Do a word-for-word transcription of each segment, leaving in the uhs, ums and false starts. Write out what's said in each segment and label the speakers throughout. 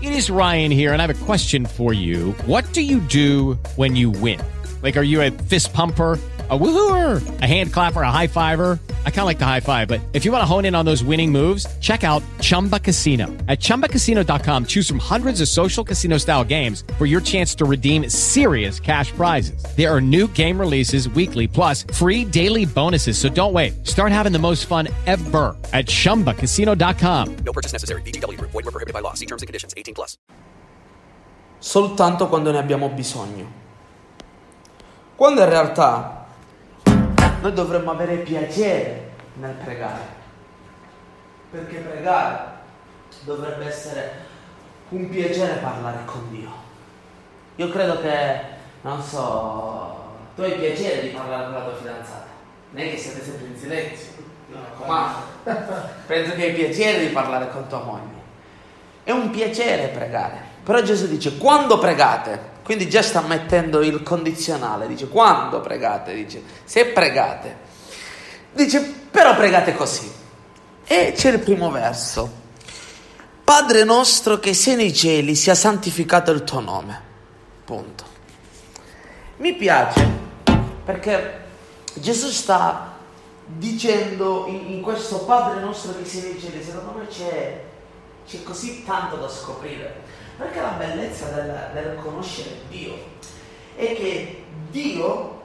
Speaker 1: It is Ryan here, and I have a question for you. What do you do when you win? Like, are you a fist pumper, a woohooer, a hand clapper, a high fiver? I kind of like the high five, but if you want to hone in on those winning moves, check out Chumba Casino. At chumba casino dot com, choose from hundreds of social casino style games for your chance to redeem serious cash prizes. There are new game releases weekly, plus free daily bonuses. So don't wait. Start having the most fun ever at chumba casino dot com.
Speaker 2: No purchase necessary. V G W Group. Void where prohibited by law. See terms and conditions. eighteen plus.
Speaker 3: Soltanto quando ne abbiamo bisogno. Quando in realtà noi dovremmo avere piacere nel pregare, perché pregare dovrebbe essere un piacere parlare con Dio. Io credo che, non so, tu hai piacere di parlare con la tua fidanzata, non è che siete sempre in silenzio, mi raccomando. Penso che hai piacere di parlare con tua moglie. È un piacere pregare, però Gesù dice quando pregate. Quindi già sta mettendo il condizionale, dice quando pregate, dice se pregate, dice però pregate così. E c'è il primo verso: Padre nostro che sei nei cieli, sia santificato il tuo nome. Punto. Mi piace perché Gesù sta dicendo in, in questo Padre nostro che sei nei cieli, secondo me c'è, c'è così tanto da scoprire. Perché la bellezza del, del conoscere Dio è che Dio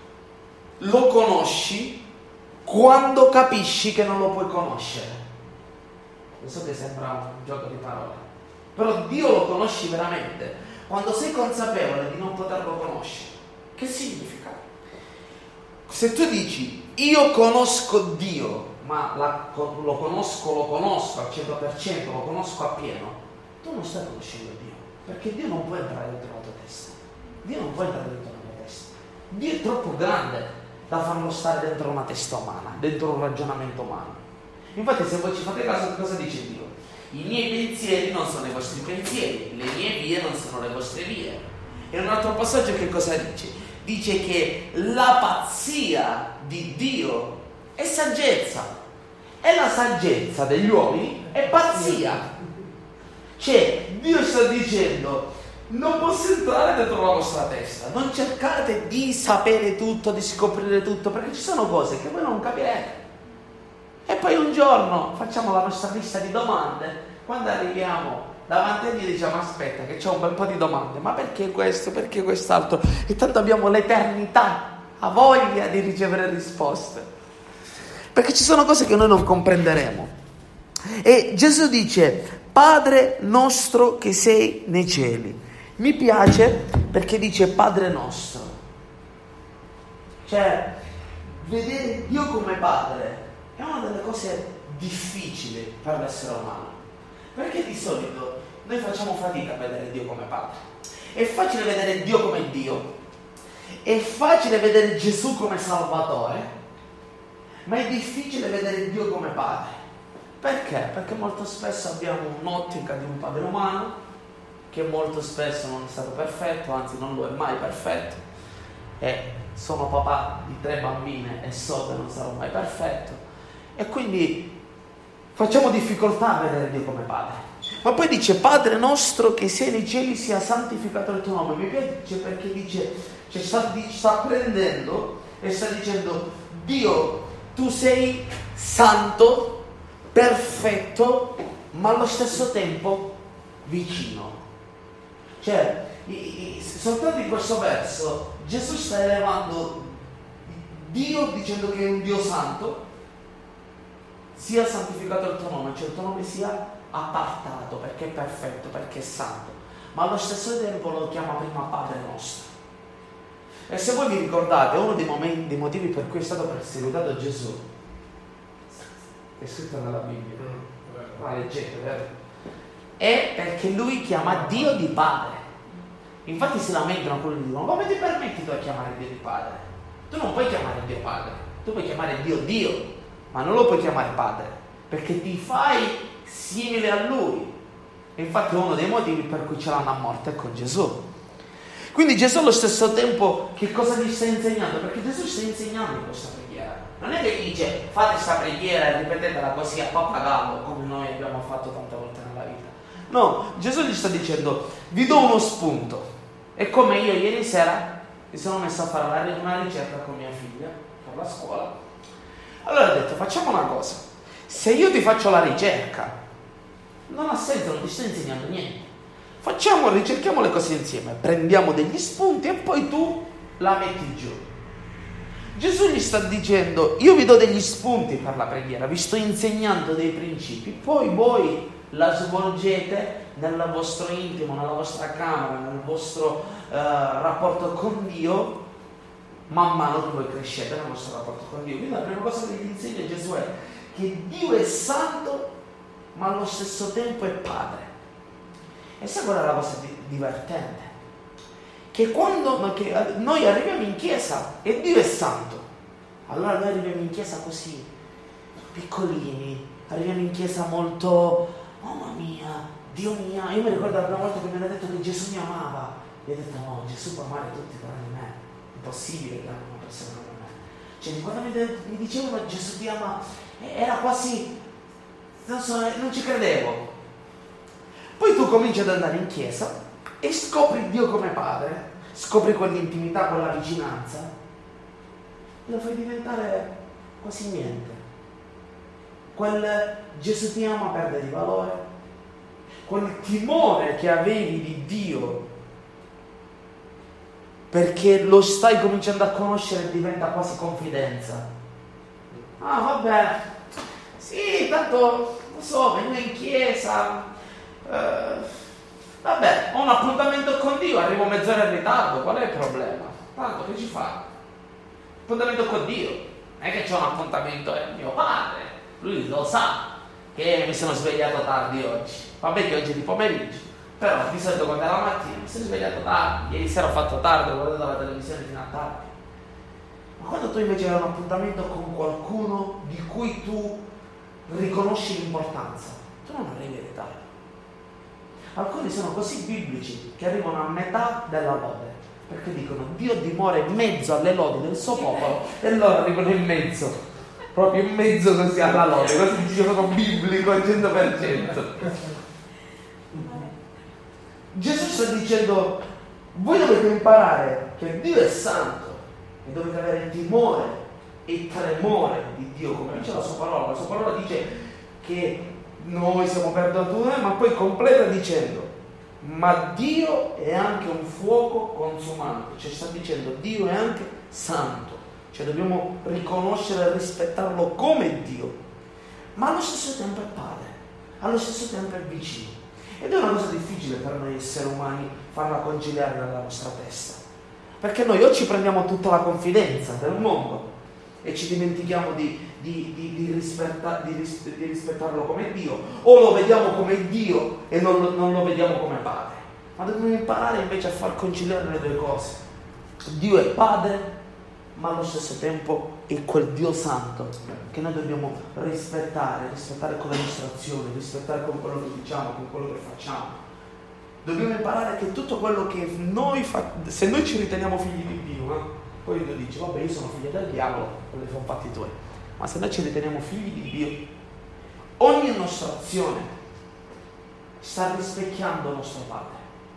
Speaker 3: lo conosci quando capisci che non lo puoi conoscere. Non so che sembra un gioco di parole, però Dio lo conosci veramente quando sei consapevole di non poterlo conoscere. Che significa? Se tu dici io conosco Dio, ma la, lo conosco, lo conosco al cento per cento, lo conosco appieno, tu non stai conoscendo Dio, perché Dio non può entrare dentro la tua testa. Dio non può entrare dentro la tua testa. Dio è troppo grande da farlo stare dentro una testa umana, dentro un ragionamento umano. Infatti, se voi ci fate caso, cosa dice Dio? I miei pensieri non sono i vostri pensieri, le mie vie non sono le vostre vie. E un altro passaggio che cosa dice? Dice che la pazzia di Dio è saggezza, e la saggezza degli uomini è pazzia. Cioè, Dio sta dicendo non posso entrare dentro la vostra testa, non cercate di sapere tutto, di scoprire tutto, perché ci sono cose che voi non capirete. E poi un giorno facciamo la nostra lista di domande, quando arriviamo davanti a Dio diciamo aspetta che c'ho un bel po' di domande, ma perché questo, perché quest'altro, e tanto abbiamo l'eternità, ha voglia di ricevere risposte, perché ci sono cose che noi non comprenderemo. E Gesù dice Padre nostro che sei nei cieli. Mi piace perché dice Padre nostro. Cioè, vedere Dio come Padre è una delle cose difficili per l'essere umano. Perché di solito noi facciamo fatica a vedere Dio come Padre. È facile vedere Dio come Dio. È facile vedere Gesù come Salvatore. Ma è difficile vedere Dio come Padre. Perché? Perché molto spesso abbiamo un'ottica di un padre umano che molto spesso non è stato perfetto, anzi non lo è mai perfetto, e sono papà di tre bambine e so che non sarò mai perfetto, e quindi facciamo difficoltà a vedere Dio come Padre. Ma poi dice Padre nostro che sei nei cieli, sia santificato il tuo nome. Mi piace perché dice, cioè sta, sta prendendo e sta dicendo Dio, tu sei santo, perfetto, ma allo stesso tempo vicino. Cioè, i, i, soltanto in questo verso Gesù sta elevando Dio dicendo che è un Dio santo, sia santificato il tuo nome, cioè il tuo nome sia appartato perché è perfetto, perché è santo, ma allo stesso tempo lo chiama prima Padre nostro. E se voi vi ricordate, uno dei, momenti, dei motivi per cui è stato perseguitato Gesù è scritto nella Bibbia, ma leggete, vero? È perché lui chiama Dio di Padre. Infatti si lamentano quelli che dicono come ti permetti tu a chiamare Dio di Padre? Tu non puoi chiamare Dio Padre, tu puoi chiamare Dio Dio, ma non lo puoi chiamare Padre, perché ti fai simile a Lui. E infatti è uno dei motivi per cui ce l'hanno a morte con Gesù. Quindi Gesù allo stesso tempo che cosa gli sta insegnando? Perché Gesù sta insegnando questa preghiera. Non è che gli dice fate questa preghiera e ripetetela così a pappagallo come noi abbiamo fatto tante volte nella vita. No, Gesù gli sta dicendo, vi do uno spunto. È come io ieri sera mi sono messo a fare una ricerca con mia figlia per la scuola. Allora ho detto, facciamo una cosa. Se io ti faccio la ricerca, non ha senso, non ti sto insegnando niente. Facciamo, ricerchiamo le cose insieme, prendiamo degli spunti e poi tu la metti giù. Gesù gli sta dicendo, io vi do degli spunti per la preghiera, vi sto insegnando dei principi, poi voi la svolgete nel vostro intimo, nella vostra camera, nel vostro uh, rapporto con Dio, man mano che voi crescete nel vostro rapporto con Dio. Quindi la prima cosa che gli insegna Gesù è che Dio è santo, ma allo stesso tempo è Padre. E sai qual è la cosa di- divertente? Che quando che noi arriviamo in chiesa e Dio è santo, allora noi arriviamo in chiesa così, piccolini, arriviamo in chiesa molto, mamma mia, Dio mio. Io mi ricordo la prima volta che mi hanno detto che Gesù mi amava, e ho detto no, Gesù può amare tutti tranne me, è impossibile che ami una persona come me. Cioè quando mi, de- mi dicevano Gesù ti ama, era quasi, non so, non ci credevo. Poi tu cominci ad andare in chiesa e scopri Dio come Padre, scopri quell'intimità, quella vicinanza, e lo fai diventare quasi niente. Quel Gesù ti ama perde di valore, quel timore che avevi di Dio, perché lo stai cominciando a conoscere, diventa quasi confidenza. Ah vabbè, sì, tanto, non so, vengo in chiesa, Uh, vabbè, ho un appuntamento con Dio, arrivo mezz'ora in ritardo, qual è il problema? Tanto che ci fa? Appuntamento con Dio, non è che c'ho un appuntamento, è mio padre, lui lo sa che mi sono svegliato tardi oggi. Vabbè che oggi è di pomeriggio, però di solito quando è la mattina mi sono svegliato tardi, ieri sera ho fatto tardi, ho guardato la televisione fino a tardi. Ma quando tu invece hai un appuntamento con qualcuno di cui tu riconosci l'importanza, tu non arrivi in ritardo. Alcuni sono così biblici che arrivano a metà della lode, perché dicono Dio dimora in mezzo alle lodi del suo popolo, e loro arrivano in mezzo, proprio in mezzo così alla lode, così dicono biblico al cento per cento. Gesù sta dicendo, voi dovete imparare che Dio è santo e dovete avere timore e tremore di Dio, come dice la sua parola. La sua parola dice che noi siamo perdonati, ma poi completa dicendo, ma Dio è anche un fuoco consumante, cioè sta dicendo Dio è anche santo, cioè dobbiamo riconoscere e rispettarlo come Dio, ma allo stesso tempo è Padre, allo stesso tempo è vicino. Ed è una cosa difficile per noi esseri umani farla conciliare nella nostra testa, perché noi o ci prendiamo tutta la confidenza del mondo e ci dimentichiamo di Di, di, di, rispetta, di, ris, di rispettarlo come Dio, o lo vediamo come Dio e non lo, non lo vediamo come Padre. Ma dobbiamo imparare invece a far conciliare le due cose. Dio è Padre, ma allo stesso tempo è quel Dio santo che noi dobbiamo rispettare, rispettare con le nostre azioni, rispettare con quello che diciamo, con quello che facciamo. Dobbiamo imparare che tutto quello che noi fa, se noi ci riteniamo figli di Dio, eh, poi Dio dice vabbè io sono figlio del diavolo, quelli sono fatti tuoi. Ma se noi ci riteniamo figli di Dio, ogni nostra azione sta rispecchiando il nostro Padre.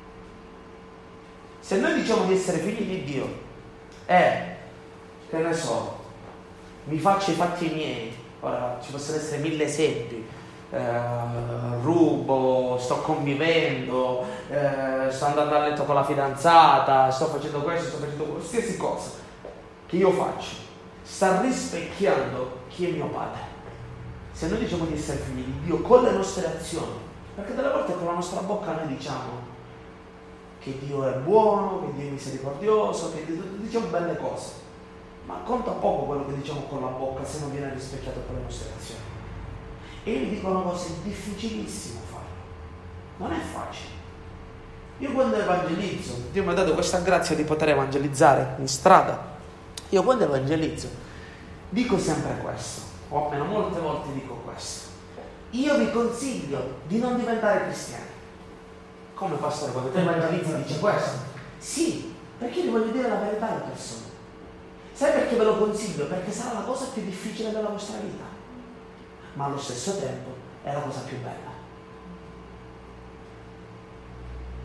Speaker 3: Se noi diciamo di essere figli di Dio e, che ne so, mi faccio i fatti miei, ora ci possono essere mille esempi, eh, rubo, sto convivendo, eh, sto andando a letto con la fidanzata, sto facendo questo, sto facendo qualsiasi cosa che io faccio, sta rispecchiando chi è mio Padre. Se noi diciamo di essere figli di Dio con le nostre azioni, perché delle volte con la nostra bocca noi diciamo che Dio è buono, che Dio è misericordioso, che Dio, diciamo belle cose, ma conta poco quello che diciamo con la bocca se non viene rispecchiato con le nostre azioni. E io vi dico una cosa, è difficilissimo farlo, non è facile. Io quando evangelizzo, Dio mi ha dato questa grazia di poter evangelizzare in strada. Io quando evangelizzo dico sempre questo, o almeno molte volte dico questo: io vi consiglio di non diventare cristiani. Come pastore, quando tu evangelizzi dici questo? Sì, perché io voglio dire la verità alle persone. Sai perché ve lo consiglio? Perché sarà la cosa più difficile della vostra vita, ma allo stesso tempo è la cosa più bella.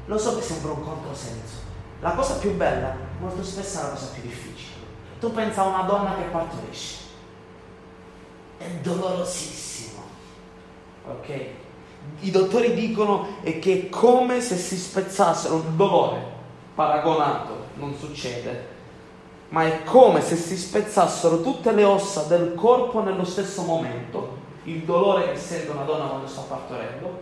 Speaker 3: Lo so che sembra un controsenso. La cosa più bella, molto spesso è la cosa più difficile. Tu pensa a una donna che partorisce. È dolorosissimo. Ok? I dottori dicono è che è come se si spezzassero il dolore paragonato, non succede, ma è come se si spezzassero tutte le ossa del corpo nello stesso momento, il dolore che sente una donna quando sta partorendo,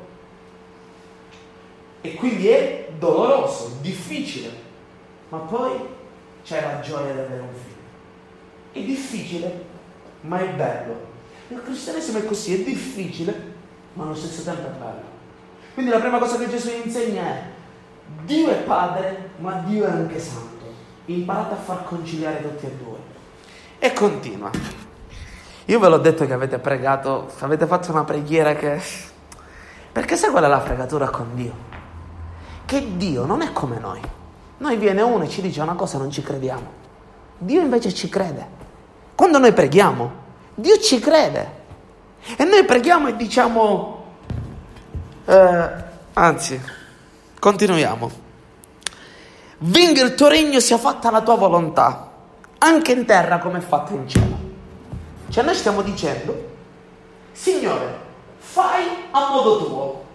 Speaker 3: e quindi è doloroso, difficile, ma poi c'è la gioia di avere un figlio. È difficile, ma è bello. Il cristianesimo è così, è difficile, ma allo stesso tempo è bello. Quindi la prima cosa che Gesù insegna è: Dio è Padre, ma Dio è anche Santo. Imparate a far conciliare tutti e due. E continua. Io ve l'ho detto che avete pregato, avete fatto una preghiera che... Perché sai qual è la fregatura con Dio? Che Dio non è come noi. Noi viene uno e ci dice una cosa e non ci crediamo. Dio invece ci crede. Quando noi preghiamo, Dio ci crede. E noi preghiamo e diciamo, eh, anzi, continuiamo. Venga il tuo regno, sia fatta la tua volontà, anche in terra come è fatta in cielo. Cioè noi stiamo dicendo, Signore, fai a modo tuo.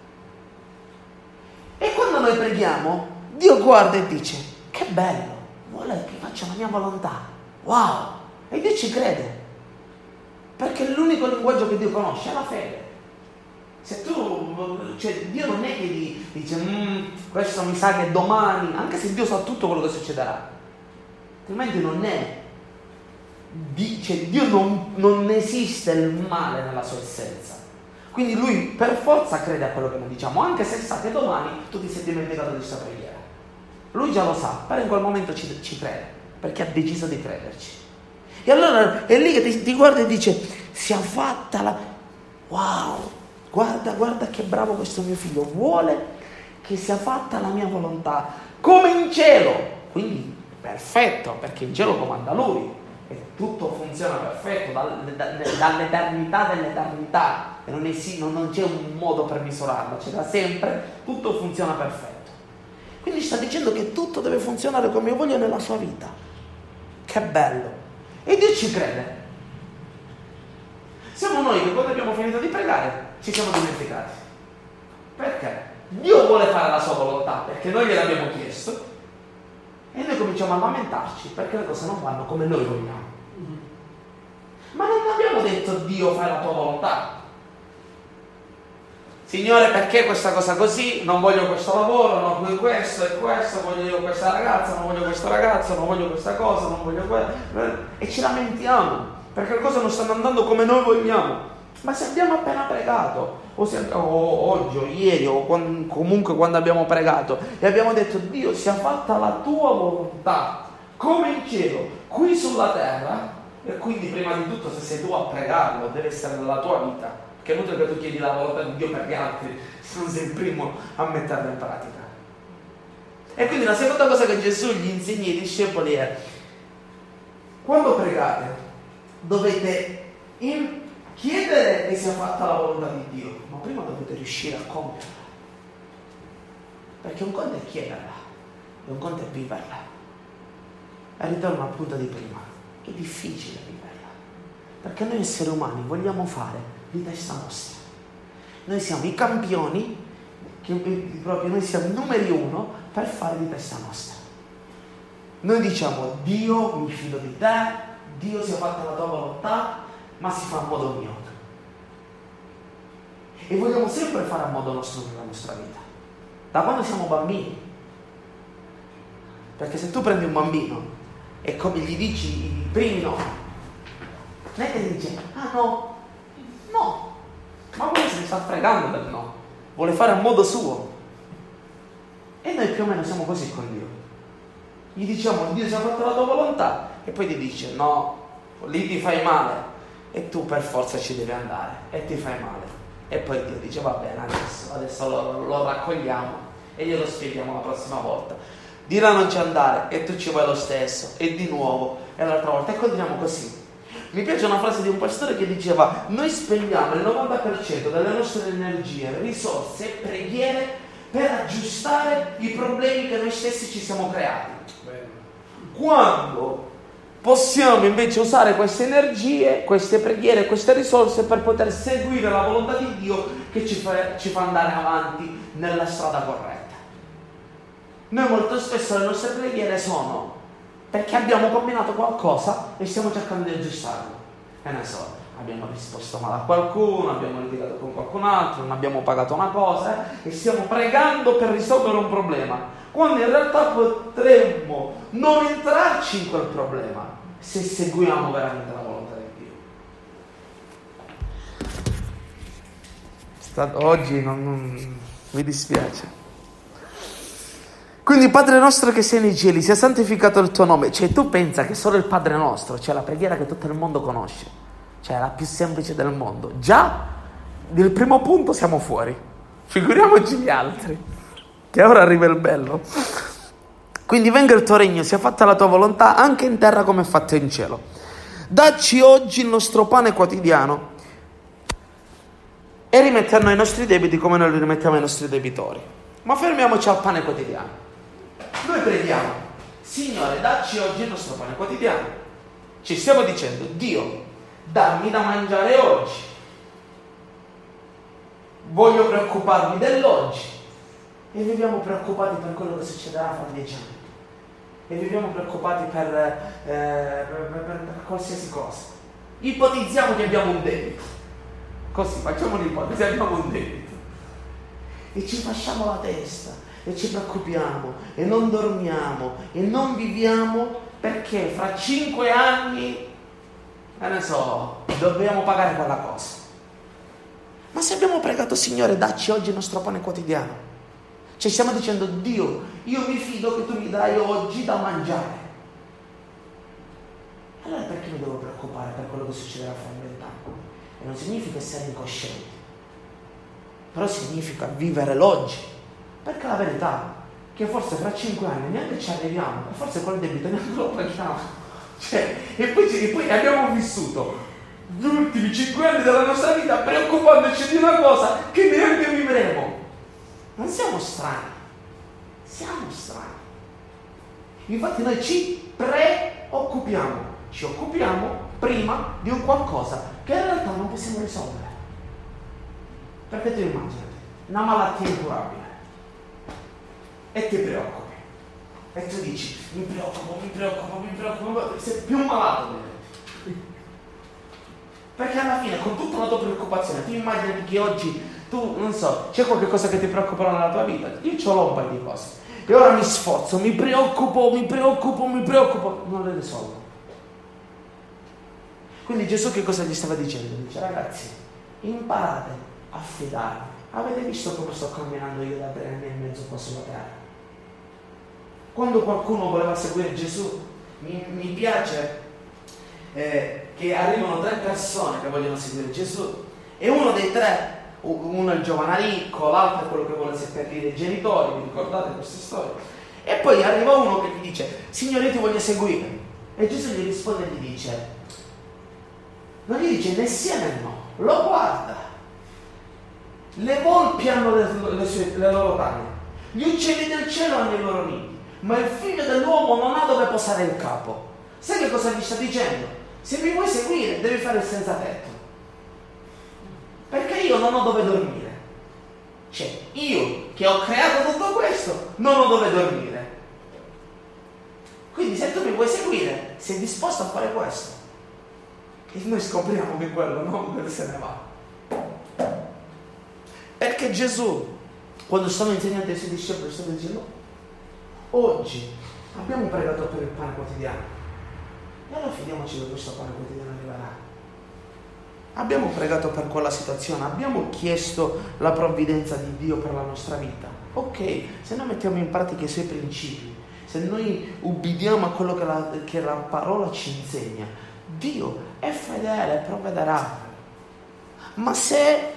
Speaker 3: E quando noi preghiamo, Dio guarda e dice, che bello, vuole che faccia la mia volontà. Wow! E Dio ci crede. Perché l'unico linguaggio che Dio conosce è la fede. Se tu, cioè Dio non è che dice, mm, questo mi sa che domani, anche se Dio sa tutto quello che succederà, altrimenti non è, dice, Dio non, non esiste il male nella sua essenza. Quindi Lui per forza crede a quello che noi diciamo, anche se sa che domani tu ti sei dimenticato di questa preghiera. Lui già lo sa, però in quel momento ci, ci crede, perché ha deciso di crederci. E allora è lì che ti, ti guarda e dice, sia fatta la... Wow, guarda, guarda che bravo questo mio figlio, vuole che sia fatta la mia volontà, come in cielo. Quindi perfetto, perché in cielo comanda Lui, e tutto funziona perfetto, dal, da, dall'eternità dell'eternità, e non, è, non, non c'è un modo per misurarlo, c'è da sempre, tutto funziona perfetto. Quindi sta dicendo che tutto deve funzionare come io voglio nella sua vita. Che bello! E Dio ci crede. Siamo noi che quando abbiamo finito di pregare ci siamo dimenticati. Perché? Dio vuole fare la sua volontà, perché noi gliel'abbiamo chiesto, e noi cominciamo a lamentarci perché le cose non vanno come noi vogliamo. Ma non abbiamo detto, Dio, fai la tua volontà. Signore, perché questa cosa così? Non voglio questo lavoro, non voglio questo e questo, voglio io questa ragazza, non voglio questo ragazzo, non voglio questa cosa, non voglio quello. E ci lamentiamo perché le cose non stanno andando come noi vogliamo. Ma se abbiamo appena pregato, o, se, o oggi, o ieri, o quando, comunque quando abbiamo pregato, e abbiamo detto, Dio, sia fatta la tua volontà, come in cielo, qui sulla terra, e quindi prima di tutto, se sei tu a pregarlo, deve essere nella tua vita. Che è inutile che tu chiedi la volontà di Dio per gli altri se non sei il primo a metterla in pratica. E quindi la seconda cosa che Gesù gli insegna ai discepoli è: quando pregate dovete in- chiedere che sia fatta la volontà di Dio, ma prima dovete riuscire a compierla, perché un conto è chiederla e un conto è viverla. E ritorno al punto di prima, è difficile viverla, perché noi esseri umani vogliamo fare di testa nostra. Noi siamo i campioni, che proprio noi siamo i numeri uno per fare di testa nostra. Noi diciamo, Dio, mi fido di te, Dio, sia fatta la tua volontà, ma si fa a modo mio. E vogliamo sempre fare a modo nostro nella nostra vita, da quando siamo bambini. Perché se tu prendi un bambino e come gli dici i primi no, non è che ti dice, ah no, no, ma quello se ne sta fregando del no, vuole fare a modo suo. E noi più o meno siamo così con Dio. Gli diciamo, Dio, si è fatto la tua volontà, e poi ti dice, no, lì ti fai male, e tu per forza ci devi andare, e ti fai male. E poi Dio dice, va bene, adesso, adesso lo, lo raccogliamo e glielo spieghiamo la prossima volta. Di là non ci andare, e tu ci vai lo stesso, e di nuovo, e l'altra volta, e continuiamo così. Mi piace una frase di un pastore che diceva, noi spendiamo il novanta per cento delle nostre energie, risorse e preghiere per aggiustare i problemi che noi stessi ci siamo creati. Quando possiamo invece usare queste energie, queste preghiere, queste risorse per poter seguire la volontà di Dio che ci fa, ci fa andare avanti nella strada corretta. Noi molto spesso le nostre preghiere sono perché abbiamo combinato qualcosa e stiamo cercando di aggiustarlo. Che ne so, abbiamo risposto male a qualcuno, abbiamo litigato con qualcun altro, non abbiamo pagato una cosa eh, e stiamo pregando per risolvere un problema, quando in realtà potremmo non entrarci in quel problema se seguiamo veramente la volontà di Dio. Oggi non, non mi dispiace. Quindi Padre nostro che sei nei cieli, sia santificato il tuo nome. Cioè tu pensa che solo il Padre nostro, cioè la preghiera che tutto il mondo conosce, cioè la più semplice del mondo, già nel primo punto siamo fuori, figuriamoci gli altri, che ora arriva il bello. Quindi venga il tuo regno, sia fatta la tua volontà anche in terra come è fatta in cielo. Dacci oggi il nostro pane quotidiano e rimetti a noi i nostri debiti come noi li rimettiamo ai nostri debitori. Ma fermiamoci al pane quotidiano. Noi preghiamo, Signore, dacci oggi il nostro pane quotidiano. Ci stiamo dicendo, Dio, dammi da mangiare oggi. Voglio preoccuparmi dell'oggi. E viviamo preoccupati per quello che succederà fra dieci anni. E viviamo preoccupati per, eh, per, per, per qualsiasi cosa. Ipotizziamo che abbiamo un debito. Così, facciamo un'ipotesi, abbiamo un debito. E ci fasciamo la testa. E ci preoccupiamo. E non dormiamo. E non viviamo perché fra cinque anni, che ne so, dobbiamo pagare quella cosa. Ma se abbiamo pregato, Signore, dacci oggi il nostro pane quotidiano. Cioè stiamo dicendo, Dio, io mi fido che tu mi dai oggi da mangiare. Allora perché mi devo preoccupare per quello che succederà fra vent'anni? E non significa essere incoscienti, però significa vivere l'oggi. Perché la verità è che forse fra cinque anni neanche ci arriviamo, e forse quel debito neanche lo paghiamo. Cioè, e poi, e poi abbiamo vissuto gli ultimi cinque anni della nostra vita preoccupandoci di una cosa che neanche vivremo. Non siamo strani, siamo strani. Infatti noi ci preoccupiamo, ci occupiamo prima di un qualcosa che in realtà non possiamo risolvere. Perché tu immaginati una malattia incurabile e ti preoccupi e tu dici mi preoccupo, mi preoccupo, mi preoccupo, sei più malato. Perché alla fine con tutta la tua preoccupazione tu immagini che oggi tu, non so, c'è qualche cosa che ti preoccuperà nella tua vita? Io ce l'ho un paio di cose. E ora mi sforzo, mi preoccupo, mi preoccupo, mi preoccupo. Non le risolvo. Quindi Gesù che cosa gli stava dicendo? Dice, ragazzi, imparate a fidarmi. Avete visto come sto camminando io da tre anni e mezzo qua sulla terra? Quando qualcuno voleva seguire Gesù, mi, mi piace eh, che arrivano tre persone che vogliono seguire Gesù e uno dei tre, uno è il giovane ricco, l'altro è quello che vuole seppellire i genitori, vi ricordate queste storie? E poi arriva uno che gli dice, Signore, io ti voglio seguire. E Gesù gli risponde e gli dice, non gli dice né sì né no, lo guarda. Le volpi hanno le, le, sue, le loro tane, gli uccelli del cielo hanno i loro nidi, ma il figlio dell'uomo non ha dove posare il capo. Sai che cosa gli sta dicendo? Se mi vuoi seguire devi fare il senza tetto. Perché io non ho dove dormire. Cioè, io che ho creato tutto questo, non ho dove dormire. Quindi se tu mi vuoi seguire, sei disposto a fare questo. E noi scopriamo che quello non se ne va. Perché Gesù, quando stava insegnando ai suoi discepoli, stava dicendo, oggi abbiamo pregato per il pane quotidiano. E allora fidiamoci che questo pane quotidiano arriverà. Abbiamo pregato per quella situazione, abbiamo chiesto la provvidenza di Dio per la nostra vita. Ok, se noi mettiamo in pratica i suoi principi, se noi ubbidiamo a quello che la, che la parola ci insegna, Dio è fedele, provvederà. Ma se,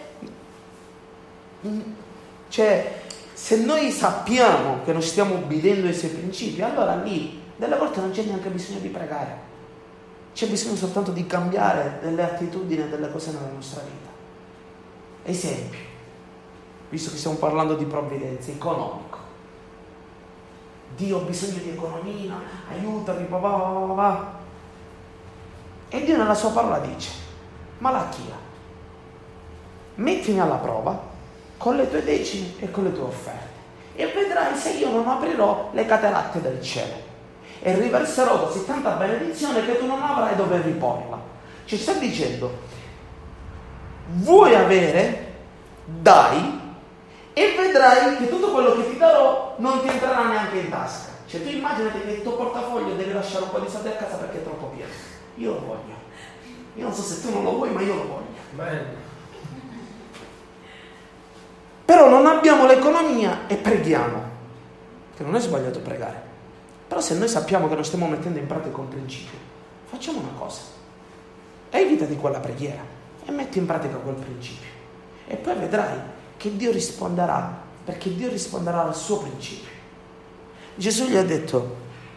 Speaker 3: cioè, se noi sappiamo che non stiamo ubbidendo ai suoi principi, allora lì delle volte non c'è neanche bisogno di pregare. C'è bisogno soltanto di cambiare delle attitudini e delle cose nella nostra vita. Esempio, visto che stiamo parlando di provvidenza, economico. Dio ha bisogno di economia, aiutami, papà, papà. E Dio nella sua parola dice: Malachia, mettimi alla prova con le tue decimi e con le tue offerte, e vedrai se io non aprirò le cataratte del cielo e riverserò così tanta benedizione che tu non avrai dove riporla. Ci sta dicendo: vuoi avere, dai, e vedrai che tutto quello che ti darò non ti entrerà neanche in tasca. Cioè, tu immaginati che il tuo portafoglio devi lasciare un po' di soldi a casa perché è troppo pieno. Io lo voglio. Io non so se tu non lo vuoi, ma io lo voglio.
Speaker 4: Bene.
Speaker 3: Però non abbiamo l'economia e preghiamo, che non è sbagliato pregare. Però se noi sappiamo che non stiamo mettendo in pratica un principio, facciamo una cosa: evitati quella preghiera e metti in pratica quel principio, e poi vedrai che Dio risponderà, perché Dio risponderà al suo principio. Gesù gli ha detto: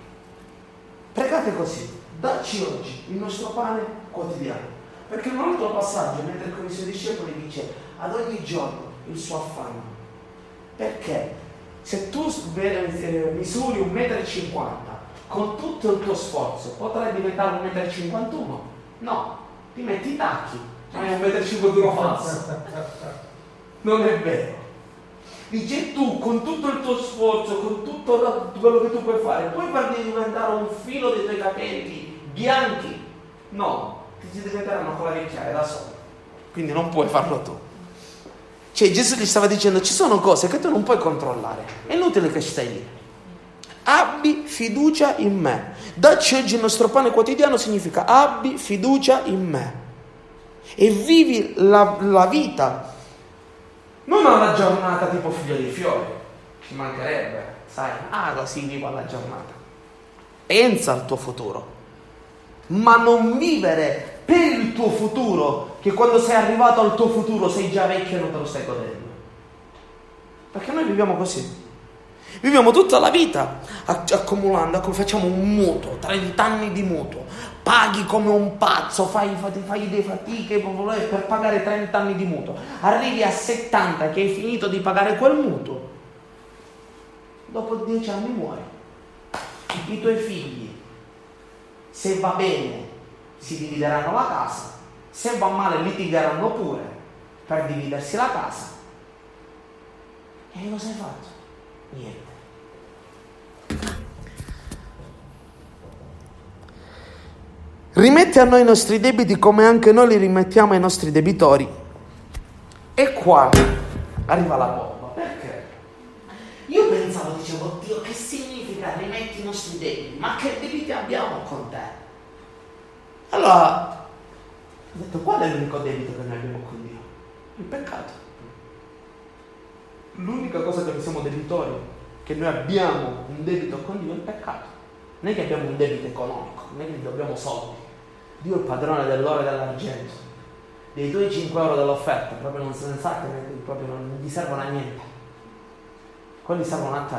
Speaker 3: pregate così, dacci oggi il nostro pane quotidiano. Perché in un altro passaggio, mentre con i suoi discepoli dice: ad ogni giorno il suo affanno. Perché se tu misuri un metro e cinquanta con tutto il tuo sforzo, potrai diventare un metro e cinquantuno? No, ti metti i tacchi, ma è un metro e cinquantuno falso. Non è vero. Dice: tu con tutto il tuo sforzo, con tutto quello che tu puoi fare, puoi farti diventare un filo dei tuoi capelli bianchi? No, ti diventeranno con la vecchiaia da solo. Quindi non puoi farlo tu. Cioè, Gesù gli stava dicendo: ci sono cose che tu non puoi controllare, è inutile che stai lì. Abbi fiducia in me. Dacci oggi il nostro pane quotidiano significa abbi fiducia in me e vivi la, la vita. Non alla giornata tipo figlio dei fiori, ci mancherebbe, sai, ah così vivo alla giornata. Pensa al tuo futuro, ma non vivere per il tuo futuro, che quando sei arrivato al tuo futuro sei già vecchio e non te lo stai godendo. Perché noi viviamo così. Viviamo tutta la vita accumulando, facciamo un mutuo, trenta anni di mutuo, paghi come un pazzo, fai, fai, fai dei fatiche per pagare trenta anni di mutuo, arrivi a settanta che hai finito di pagare quel mutuo, dopo dieci anni muori, i tuoi figli, se va bene, si divideranno la casa, se va male litigheranno pure per dividersi la casa. E cosa hai fatto? Niente. Rimetti a noi i nostri debiti come anche noi li rimettiamo ai nostri debitori. E qua arriva la bomba. Perché? Io pensavo, dicevo: Dio, che significa rimetti i nostri debiti? Ma che debiti abbiamo con te? Allora ho detto: qual è l'unico debito che noi abbiamo con Dio? Il peccato. L'unica cosa che noi siamo debitori, che noi abbiamo un debito con Dio, è il peccato. Non è che abbiamo un debito economico, non è che gli dobbiamo soldi. Dio è il padrone dell'oro e dell'argento. Dei tuoi cinque euro dell'offerta proprio non se ne sa, che proprio non gli servono a niente. Quelli servono a te.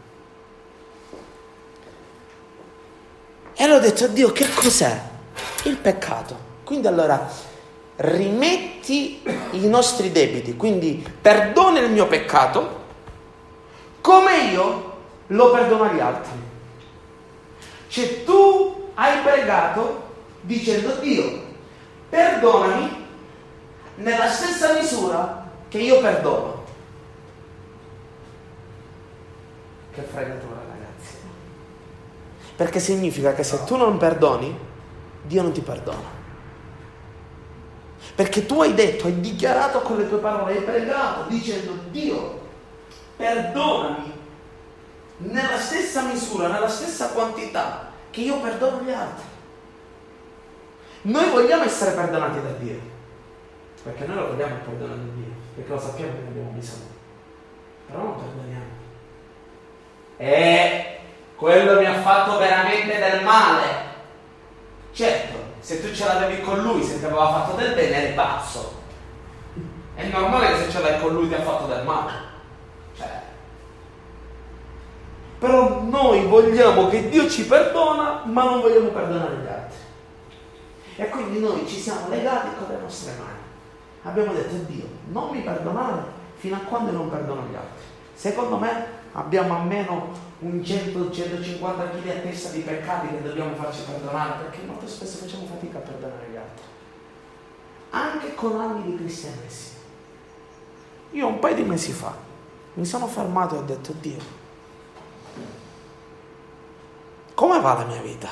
Speaker 3: E allora ho detto: Dio, che cos'è? Il peccato. Quindi allora rimetti i nostri debiti, quindi perdona il mio peccato come io lo perdono agli altri. Cioè, tu hai pregato dicendo: Dio, perdonami nella stessa misura che io perdono. Che fregatura, ragazzi. Perché significa che se tu non perdoni, Dio non ti perdona. Perché tu hai detto, hai dichiarato con le tue parole, hai pregato dicendo: Dio, perdonami nella stessa misura, nella stessa quantità che io perdono gli altri. Noi vogliamo essere perdonati da Dio, perché noi lo vogliamo perdonare da Dio, perché lo sappiamo che ne abbiamo bisogno, però non perdoniamo. E quello mi ha fatto veramente del male. Certo, se tu ce l'avevi con lui, se ti aveva fatto del bene, eri pazzo. È normale che se ce l'hai con lui ti ha fatto del male. Cioè. Però noi vogliamo che Dio ci perdona, ma non vogliamo perdonare gli altri. E quindi noi ci siamo legati con le nostre mani. Abbiamo detto: Dio, non mi perdonare fino a quando non perdono gli altri. Secondo me abbiamo almeno un cento centocinquanta chili a testa di peccati che dobbiamo farci perdonare, perché molto spesso facciamo fatica a perdonare gli altri, anche con anni di cristianesimo. Io un paio di mesi fa mi sono fermato e ho detto: Dio, come va la mia vita?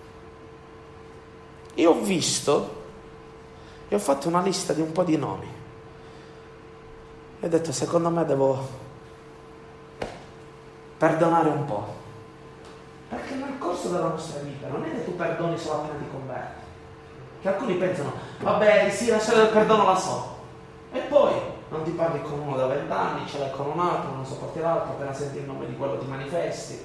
Speaker 3: Io ho visto e ho fatto una lista di un po' di nomi e ho detto: secondo me devo perdonare un po', perché nel corso della nostra vita non è che tu perdoni solo appena ti converti, che alcuni pensano: vabbè, sì, la storia del perdono la so, e poi non ti parli con uno da vent'anni, ce l'hai con un altro, non sopporti l'altro, appena senti il nome di quello ti manifesti.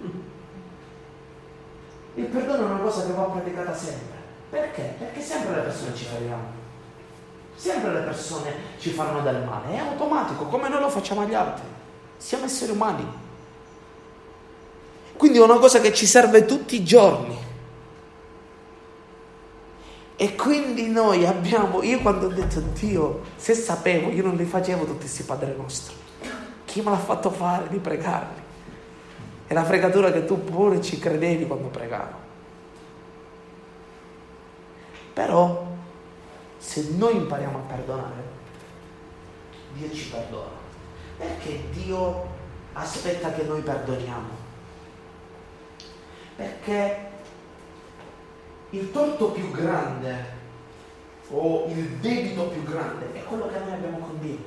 Speaker 3: Il perdono è una cosa che va praticata sempre. Perché? Perché sempre le persone ci feriamo, sempre le persone ci fanno del male, è automatico, come noi lo facciamo agli altri, siamo esseri umani. Quindi è una cosa che ci serve tutti i giorni. E quindi noi abbiamo, io quando ho detto: Dio, se sapevo, io non li facevo tutti questi Padre Nostro, chi me l'ha fatto fare di pregarli? È la fregatura che tu pure ci credevi quando pregavo. Però se noi impariamo a perdonare, Dio ci perdona, perché Dio aspetta che noi perdoniamo. Perché il torto più grande o il debito più grande è quello che noi abbiamo con Dio.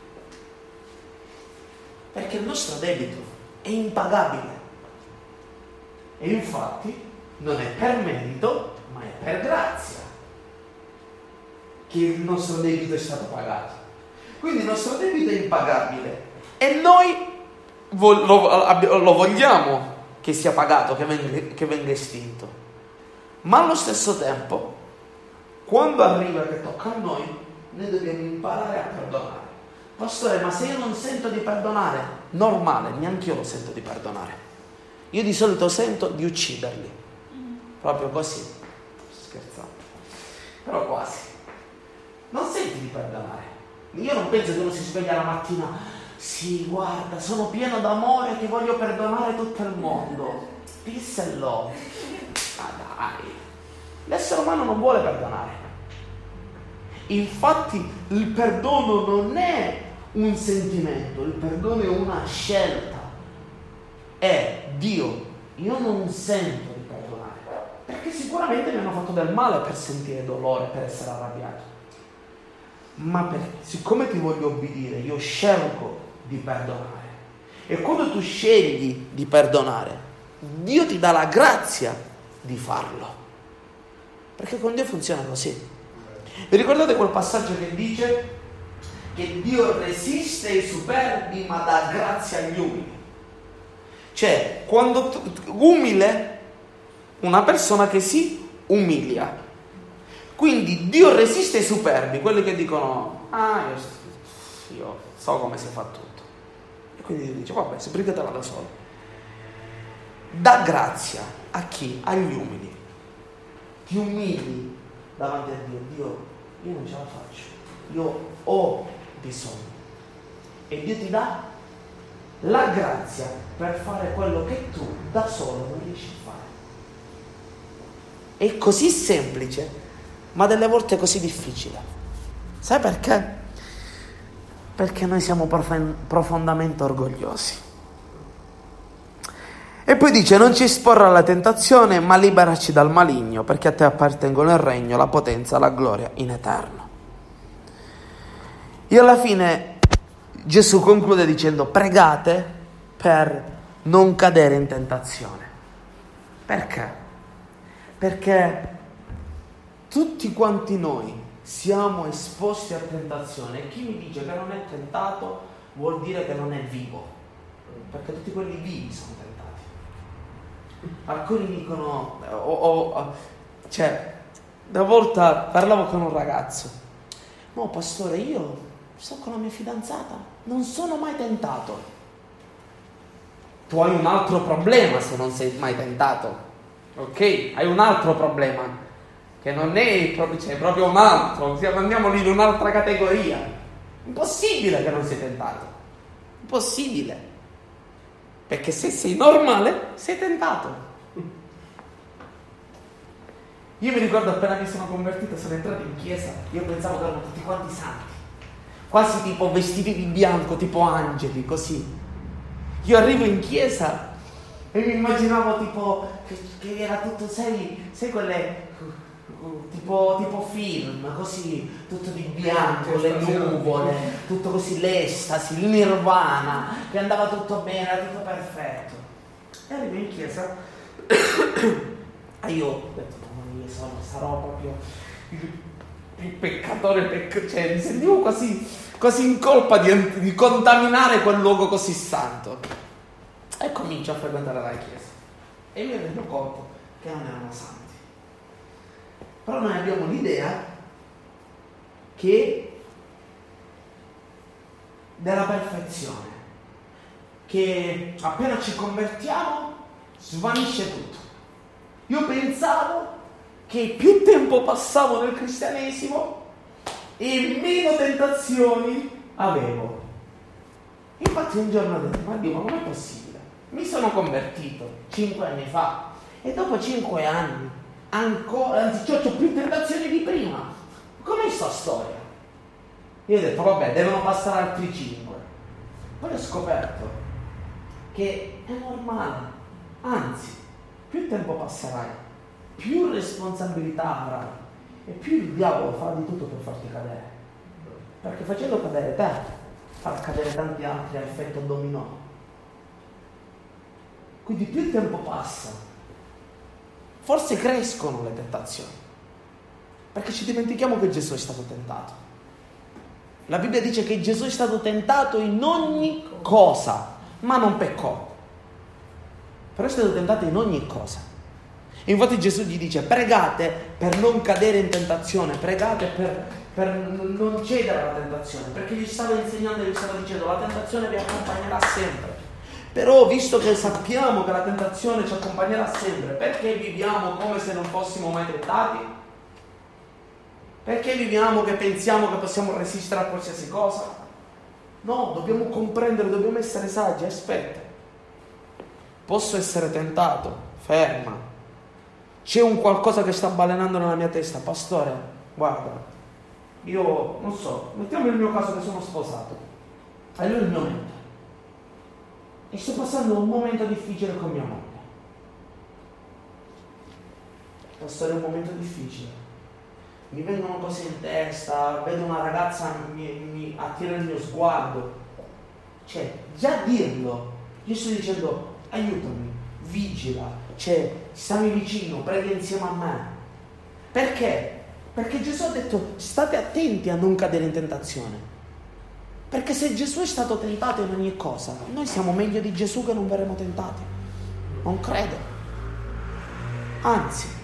Speaker 3: Perché il nostro debito è impagabile. E infatti non è per merito, ma è per grazia che il nostro debito è stato pagato. Quindi il nostro debito è impagabile e noi lo, lo vogliamo che sia pagato, che venga, che venga estinto. Ma allo stesso tempo, quando arriva che tocca a noi, noi dobbiamo imparare a perdonare. Pastore, ma se io non sento di perdonare, normale, neanche io lo sento di perdonare. Io di solito sento di ucciderli, proprio così, scherzando, però quasi. Non senti di perdonare. Io non penso che uno si sveglia la mattina: sì, guarda, sono pieno d'amore che voglio perdonare tutto il mondo. Peace and love. Ma dai, l'essere umano non vuole perdonare. Infatti il perdono non è un sentimento, il perdono è una scelta. È: Dio, io non sento di perdonare, perché sicuramente mi hanno fatto del male per sentire dolore, per essere arrabbiato. Ma per, siccome ti voglio obbedire, io scelgo di perdonare. E quando tu scegli di perdonare, Dio ti dà la grazia di farlo, perché con Dio funziona così. Vi ricordate quel passaggio che dice che Dio resiste ai superbi ma dà grazia agli umili? Cioè, quando tu, umile, una persona che si umilia. Quindi Dio resiste ai superbi, quelli che dicono: ah, io, io so come si fa tutto. E quindi Dio dice: vabbè, sbrigatela da solo. Dà grazia a chi? Agli umili. Ti umili davanti a Dio. Dio, io non ce la faccio, io ho bisogno. E Dio ti dà la grazia per fare quello che tu da solo non riesci a fare. È così semplice, ma delle volte è così difficile. Sai perché? Perché noi siamo profondamente orgogliosi. E poi dice: non ci esporre alla tentazione, ma liberaci dal maligno, perché a te appartengono il regno, la potenza, la gloria in eterno. E alla fine Gesù conclude dicendo: pregate per non cadere in tentazione. Perché? Perché tutti quanti noi siamo esposti a tentazione, e chi mi dice che non è tentato vuol dire che non è vivo, perché tutti quelli vivi sono tentati. Alcuni dicono, o, o, cioè, una volta parlavo con un ragazzo: no pastore, io sto con la mia fidanzata, non sono mai tentato. Tu hai un altro problema se non sei mai tentato, ok? Hai un altro problema, che non è proprio, cioè, proprio un altro, andiamo lì in un'altra categoria. Impossibile che non sei tentato. Impossibile. Perché se sei normale, sei tentato. Io mi ricordo appena mi sono convertito, sono entrato in chiesa, io pensavo che erano tutti quanti santi, quasi tipo vestiti di bianco, tipo angeli, così. Io arrivo in chiesa e mi immaginavo tipo che, che era tutto, sai, sai quelle tipo, tipo film, così, tutto di bianco, le nuvole, tutto così, l'estasi, il nirvana, che andava tutto bene, era tutto perfetto. E arrivo in chiesa e io ho detto, io sono, sarò proprio il, il peccatore, pecc- cioè mi sentivo quasi, quasi in colpa di, di contaminare quel luogo così santo. E comincio a frequentare la chiesa e mi rendo conto che non erano santi. Però noi abbiamo l'idea che della perfezione, che appena ci convertiamo svanisce tutto. Io pensavo che più tempo passavo nel cristianesimo e meno tentazioni avevo. Infatti un giorno ho detto, ma Dio, ma com'è possibile? Mi sono convertito cinque anni fa e dopo cinque anni ancora, anzi ho più tentazioni di prima. Com'è sta storia? Io ho detto, vabbè, devono passare altri cinque. Poi ho scoperto che è normale, anzi, più tempo passerai, più responsabilità avrai e più il diavolo farà di tutto per farti cadere, perché facendo cadere te farà cadere tanti altri a effetto dominò. Quindi più il tempo passa, forse crescono le tentazioni, perché ci dimentichiamo che Gesù è stato tentato. La Bibbia dice che Gesù è stato tentato in ogni cosa, ma non peccò. Però è stato tentato in ogni cosa. Infatti Gesù gli dice, pregate per non cadere in tentazione, pregate per, per non cedere alla tentazione, perché gli stava insegnando e gli stava dicendo, la tentazione vi accompagnerà sempre. Però visto che sappiamo che la tentazione ci accompagnerà sempre, perché viviamo come se non fossimo mai tentati? Perché viviamo che pensiamo che possiamo resistere a qualsiasi cosa? No, dobbiamo comprendere, dobbiamo essere saggi. Aspetta, posso essere tentato? Ferma. C'è un qualcosa che sta balenando nella mia testa. Pastore, guarda, io non so, mettiamo il mio caso che sono sposato e lui è il mio marito e sto passando un momento difficile con mia moglie. Pastore, è un momento difficile, mi vengono cose in testa, vedo una ragazza, mi, mi attira il mio sguardo. Cioè, già dirlo, io sto dicendo, aiutami, vigila, cioè, stammi vicino, prega insieme a me. Perché? Perché Gesù ha detto, state attenti a non cadere in tentazione. Perché se Gesù è stato tentato in ogni cosa, noi siamo meglio di Gesù che non verremo tentati. Non credo. Anzi,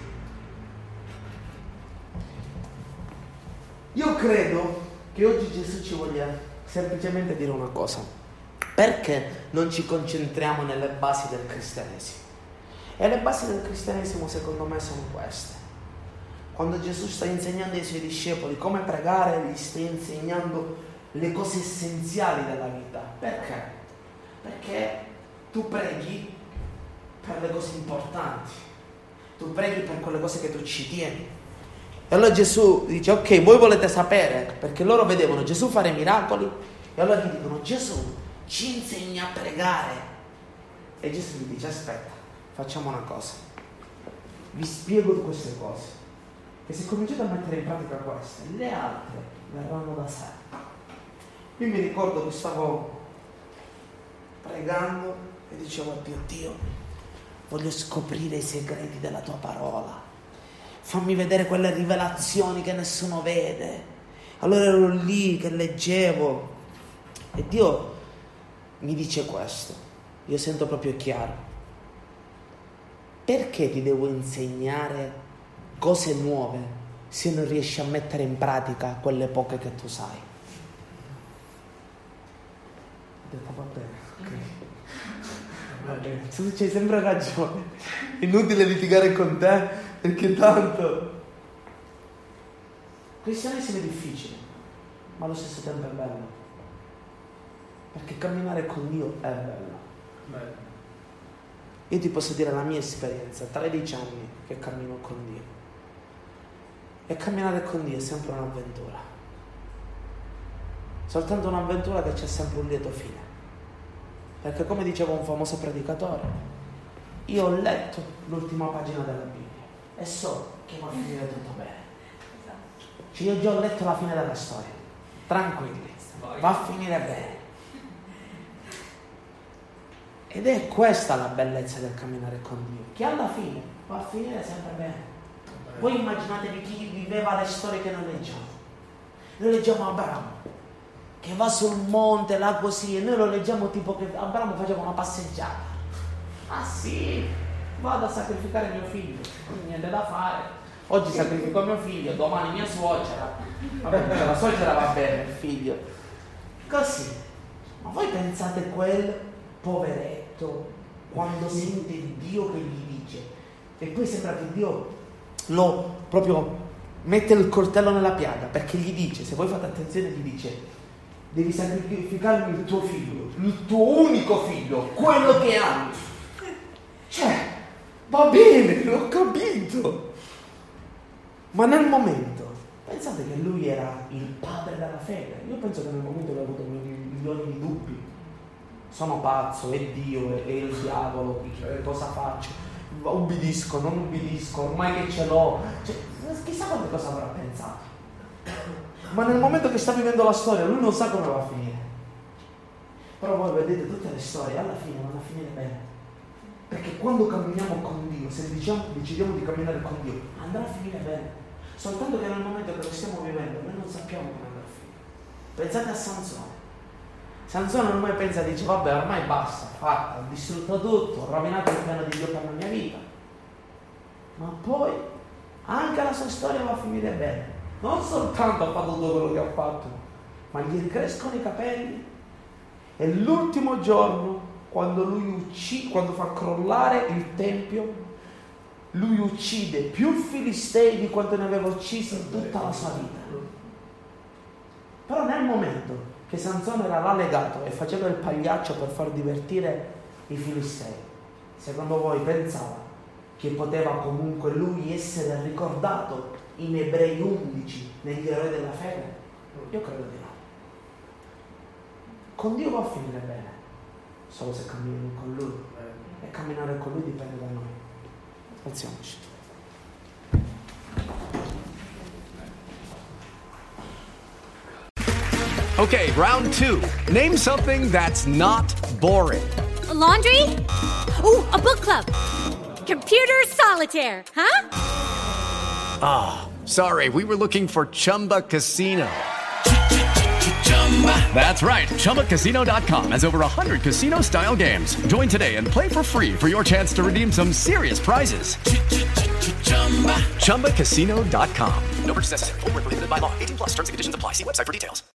Speaker 3: io credo che oggi Gesù ci voglia semplicemente dire una cosa. Perché non ci concentriamo nelle basi del cristianesimo? E le basi del cristianesimo secondo me sono queste. Quando Gesù sta insegnando ai suoi discepoli come pregare, gli sta insegnando le cose essenziali della vita. Perché? Perché tu preghi per le cose importanti, tu preghi per quelle cose che tu ci tieni. E allora Gesù dice, ok, voi volete sapere, perché loro vedevano Gesù fare miracoli e allora gli dicono, Gesù ci insegna a pregare. E Gesù gli dice, aspetta, facciamo una cosa, vi spiego queste cose e se cominciate a mettere in pratica queste, le altre verranno da sé. Io mi ricordo che stavo pregando e dicevo a Dio, Dio, voglio scoprire i segreti della tua parola, fammi vedere quelle rivelazioni che nessuno vede. Allora ero lì che leggevo e Dio mi dice questo, io sento proprio chiaro, perché ti devo insegnare cose nuove se non riesci a mettere in pratica quelle poche che tu sai? Ho detto, va bene, ok, va bene, tu c'hai sempre ragione, inutile litigare con te perché tanto il cristianesimo è difficile, ma allo stesso tempo è bello. Perché camminare con Dio è bello.
Speaker 4: Bello.
Speaker 3: Io ti posso dire la mia esperienza, tredici anni che cammino con Dio. E camminare con Dio è sempre un'avventura. Soltanto un'avventura che c'è sempre un lieto fine. Perché come diceva un famoso predicatore, io ho letto l'ultima pagina della Bibbia e so che va a finire tutto bene. Cioè io già ho letto la fine della storia. Tranquilli, va a finire bene. Ed è questa la bellezza del camminare con Dio, che alla fine va a finire sempre bene. Voi immaginatevi chi viveva le storie che noi leggiamo. Noi leggiamo Abramo che va sul monte là così, e noi lo leggiamo tipo che Abramo faceva una passeggiata. Ah sì, vado a sacrificare mio figlio, niente da fare. Oggi sacrifico mio figlio, domani mia suocera. Vabbè, la suocera va bene, il figlio. Così. Ma voi pensate quel poveretto quando sente Dio che gli dice, e poi sembra che Dio lo proprio mette il coltello nella piaga, perché gli dice, se voi fate attenzione, gli dice: devi sacrificarmi il tuo figlio, il tuo unico figlio, quello che ami. Cioè, va bene, l'ho capito. Ma nel momento, pensate che lui era il padre della fede. Io penso che nel momento che ho avuto milioni di dubbi. Sono pazzo, è Dio, è, è il diavolo, cosa faccio? Ubbidisco, non ubbidisco, ormai che ce l'ho. Cioè, chissà quante cosa avrà pensato. Ma nel momento che sta vivendo la storia, lui non sa come va a finire. Però voi vedete tutte le storie, alla fine vanno a finire bene. Perché quando camminiamo con Dio, se diciamo, decidiamo di camminare con Dio, andrà a finire bene. Soltanto che nel momento che lo stiamo vivendo, noi non sappiamo come andrà a finire. Pensate a Sansone. Sansone ormai pensa, dice, vabbè, ormai basta, fatta, ho distrutto tutto, ho rovinato il piano di Dio per la mia vita. Ma poi anche la sua storia va a finire bene. Non soltanto ha fatto tutto quello che ha fatto, ma gli ricrescono i capelli. E l'ultimo giorno, quando lui uccide, quando fa crollare il tempio, lui uccide più filistei di quanto ne aveva uccisi in tutta la sua vita. Però nel momento che Sansone era là legato e faceva il pagliaccio per far divertire i filistei, secondo voi pensava che poteva comunque lui essere ricordato in Ebrei undici negli eroi della fede? Io credo di no. Con Dio va a finire bene solo se camminiamo con Lui, e camminare con Lui dipende da noi. Alziamoci.
Speaker 5: Okay, round two. Name something that's not boring.
Speaker 6: A laundry? Ooh, a book club. Computer solitaire, huh?
Speaker 5: Ah, oh, sorry, we were looking for Chumba Casino. That's right, Chumba Casino dot com has over one hundred casino-style games. Join today and play for free for your chance to redeem some serious prizes. Chumba Casino dot com.
Speaker 2: No purchase necessary. Void where prohibited by law. eighteen plus terms and conditions apply. See website for details.